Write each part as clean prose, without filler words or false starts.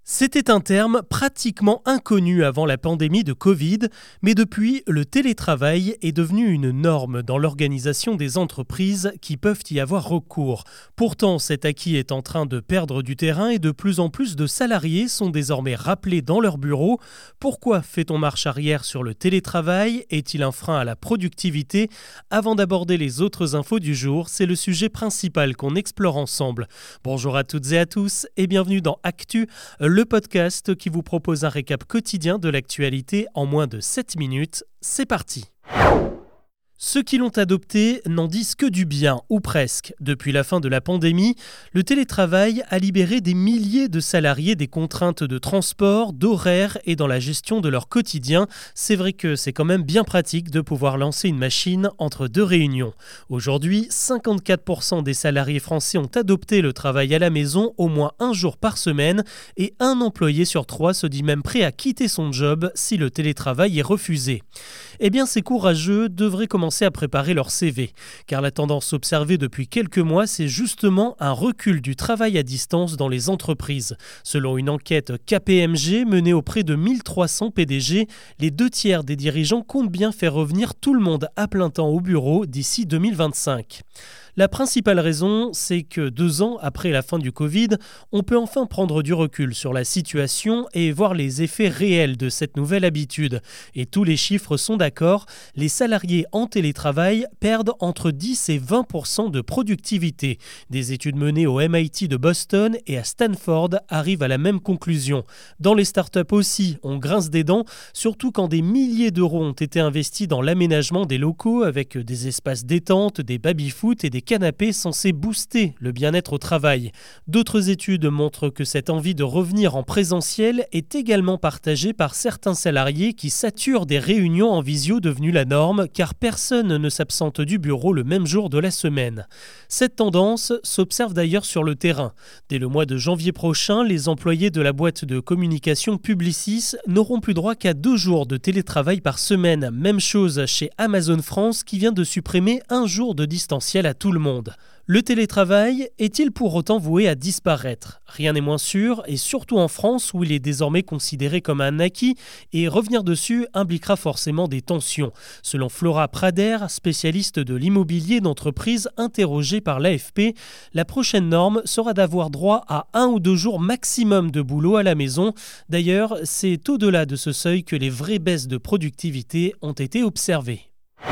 C'était un terme pratiquement inconnu avant la pandémie de Covid, mais depuis, le télétravail est devenu une norme dans l'organisation des entreprises qui peuvent y avoir recours. Pourtant, cet acquis est en train de perdre du terrain et de plus en plus de salariés sont désormais rappelés dans leur bureau. Pourquoi fait-on marche arrière sur le télétravail ? Est-il un frein à la productivité ? Avant d'aborder les autres infos du jour, c'est le sujet principal qu'on explore ensemble. Bonjour à toutes et à tous et bienvenue dans Actu, le podcast qui vous propose un récap quotidien de l'actualité en moins de 7 minutes. C'est parti. Ceux qui l'ont adopté n'en disent que du bien, ou presque. Depuis la fin de la pandémie, le télétravail a libéré des milliers de salariés des contraintes de transport, d'horaire et dans la gestion de leur quotidien. C'est vrai que c'est quand même bien pratique de pouvoir lancer une machine entre deux réunions. Aujourd'hui, 54% des salariés français ont adopté le travail à la maison au moins un jour par semaine et un employé sur 3 se dit même prêt à quitter son job si le télétravail est refusé. Eh bien, ces courageux devraient commencer à préparer leur CV, car la tendance observée depuis quelques mois, c'est justement un recul du travail à distance dans les entreprises. Selon une enquête KPMG menée auprès de 1300 PDG, les 2/3 des dirigeants comptent bien faire revenir tout le monde à plein temps au bureau d'ici 2025. La principale raison, c'est que 2 ans après la fin du Covid, on peut enfin prendre du recul sur la situation et voir les effets réels de cette nouvelle habitude. Et tous les chiffres sont d'accord, les salariés en télétravail perdent entre 10 et 20% de productivité. Des études menées au MIT de Boston et à Stanford arrivent à la même conclusion. Dans les startups aussi, on grince des dents, surtout quand des milliers d'euros ont été investis dans l'aménagement des locaux avec des espaces détente, des baby-foot et des canapés censés booster le bien-être au travail. D'autres études montrent que cette envie de revenir en présentiel est également partagée par certains salariés qui saturent des réunions en visio devenues la norme car personne ne s'absente du bureau le même jour de la semaine. Cette tendance s'observe d'ailleurs sur le terrain. Dès le mois de janvier prochain, les employés de la boîte de communication Publicis n'auront plus droit qu'à 2 jours de télétravail par semaine. Même chose chez Amazon France qui vient de supprimer 1 jour de distanciel à tout le monde. Le télétravail est-il pour autant voué à disparaître ? Rien n'est moins sûr, et surtout en France où il est désormais considéré comme un acquis, et revenir dessus impliquera forcément des tensions. Selon Flora Prader, spécialiste de l'immobilier d'entreprise interrogée par l'AFP, la prochaine norme sera d'avoir droit à 1 ou 2 jours maximum de boulot à la maison. D'ailleurs, c'est au-delà de ce seuil que les vraies baisses de productivité ont été observées.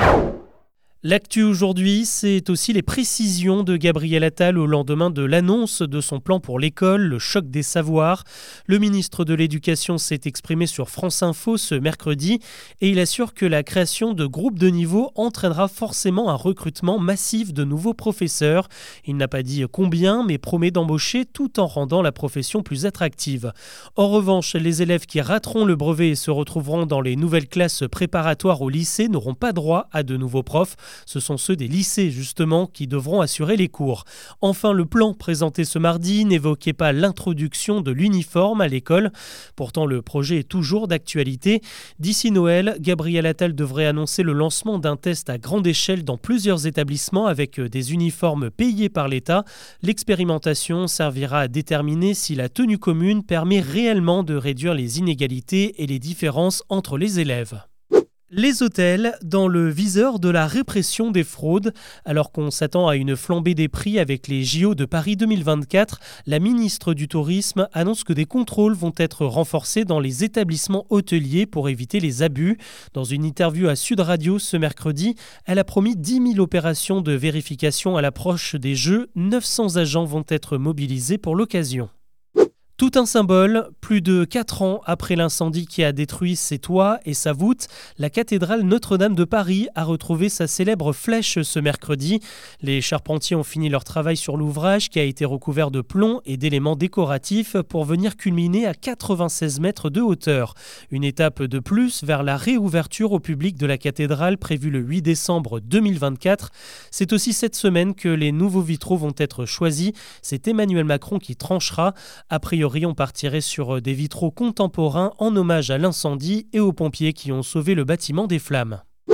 L'actu aujourd'hui, c'est aussi les précisions de Gabriel Attal au lendemain de l'annonce de son plan pour l'école, le choc des savoirs. Le ministre de l'Éducation s'est exprimé sur France Info ce mercredi et il assure que la création de groupes de niveau entraînera forcément un recrutement massif de nouveaux professeurs. Il n'a pas dit combien, mais promet d'embaucher tout en rendant la profession plus attractive. En revanche, les élèves qui rateront le brevet et se retrouveront dans les nouvelles classes préparatoires au lycée n'auront pas droit à de nouveaux profs. Ce sont ceux des lycées, justement, qui devront assurer les cours. Enfin, le plan présenté ce mardi n'évoquait pas l'introduction de l'uniforme à l'école. Pourtant, le projet est toujours d'actualité. D'ici Noël, Gabriel Attal devrait annoncer le lancement d'un test à grande échelle dans plusieurs établissements avec des uniformes payés par l'État. L'expérimentation servira à déterminer si la tenue commune permet réellement de réduire les inégalités et les différences entre les élèves. Les hôtels dans le viseur de la répression des fraudes. Alors qu'on s'attend à une flambée des prix avec les JO de Paris 2024, la ministre du Tourisme annonce que des contrôles vont être renforcés dans les établissements hôteliers pour éviter les abus. Dans une interview à Sud Radio ce mercredi, elle a promis 10 000 opérations de vérification à l'approche des Jeux. 900 agents vont être mobilisés pour l'occasion. Tout un symbole, plus de 4 ans après l'incendie qui a détruit ses toits et sa voûte, la cathédrale Notre-Dame de Paris a retrouvé sa célèbre flèche ce mercredi. Les charpentiers ont fini leur travail sur l'ouvrage qui a été recouvert de plomb et d'éléments décoratifs pour venir culminer à 96 mètres de hauteur. Une étape de plus vers la réouverture au public de la cathédrale prévue le 8 décembre 2024. C'est aussi cette semaine que les nouveaux vitraux vont être choisis. C'est Emmanuel Macron qui tranchera. A priori, on partirait sur des vitraux contemporains en hommage à l'incendie et aux pompiers qui ont sauvé le bâtiment des flammes.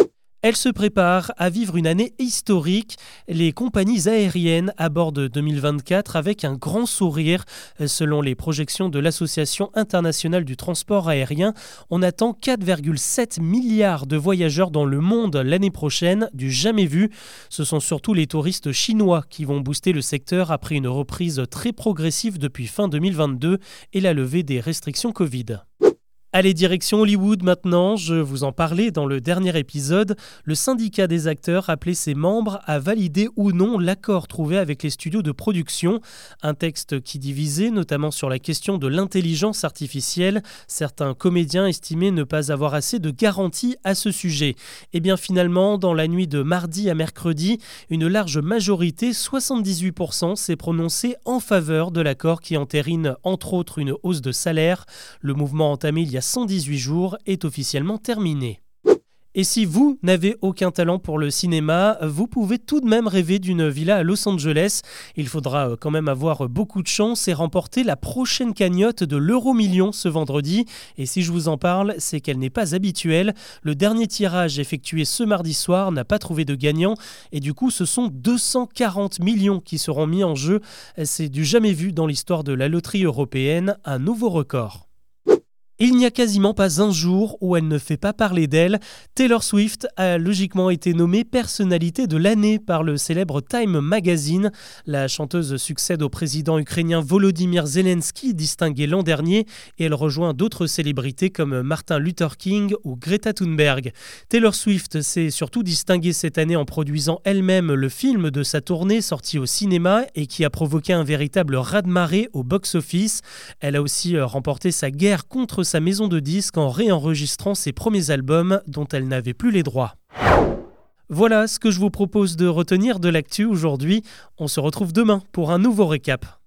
Elle se prépare à vivre une année historique. Les compagnies aériennes abordent 2024 avec un grand sourire. Selon les projections de l'Association internationale du transport aérien, on attend 4,7 milliards de voyageurs dans le monde l'année prochaine, du jamais vu. Ce sont surtout les touristes chinois qui vont booster le secteur après une reprise très progressive depuis fin 2022 et la levée des restrictions Covid. Allez, direction Hollywood maintenant, je vous en parlais dans le dernier épisode. Le syndicat des acteurs appelait ses membres à valider ou non l'accord trouvé avec les studios de production. Un texte qui divisait notamment sur la question de l'intelligence artificielle. Certains comédiens estimaient ne pas avoir assez de garanties à ce sujet. Et bien finalement, dans la nuit de mardi à mercredi, une large majorité, 78%, s'est prononcée en faveur de l'accord qui entérine entre autres une hausse de salaire. Le mouvement entamé il y a 118 jours est officiellement terminé. Et si vous n'avez aucun talent pour le cinéma, vous pouvez tout de même rêver d'une villa à Los Angeles. Il faudra quand même avoir beaucoup de chance et remporter la prochaine cagnotte de l'Euro-Million ce vendredi. Et si je vous en parle, c'est qu'elle n'est pas habituelle. Le dernier tirage effectué ce mardi soir n'a pas trouvé de gagnant. Et du coup, ce sont 240 millions qui seront mis en jeu. C'est du jamais vu dans l'histoire de la loterie européenne, un nouveau record. Il n'y a quasiment pas un jour où elle ne fait pas parler d'elle. Taylor Swift a logiquement été nommée personnalité de l'année par le célèbre Time Magazine. La chanteuse succède au président ukrainien Volodymyr Zelensky, distingué l'an dernier, et elle rejoint d'autres célébrités comme Martin Luther King ou Greta Thunberg. Taylor Swift s'est surtout distinguée cette année en produisant elle-même le film de sa tournée sorti au cinéma et qui a provoqué un véritable raz-de-marée au box-office. Elle a aussi remporté sa guerre contre sa maison de disques en réenregistrant ses premiers albums dont elle n'avait plus les droits. Voilà ce que je vous propose de retenir de l'actu aujourd'hui. On se retrouve demain pour un nouveau récap.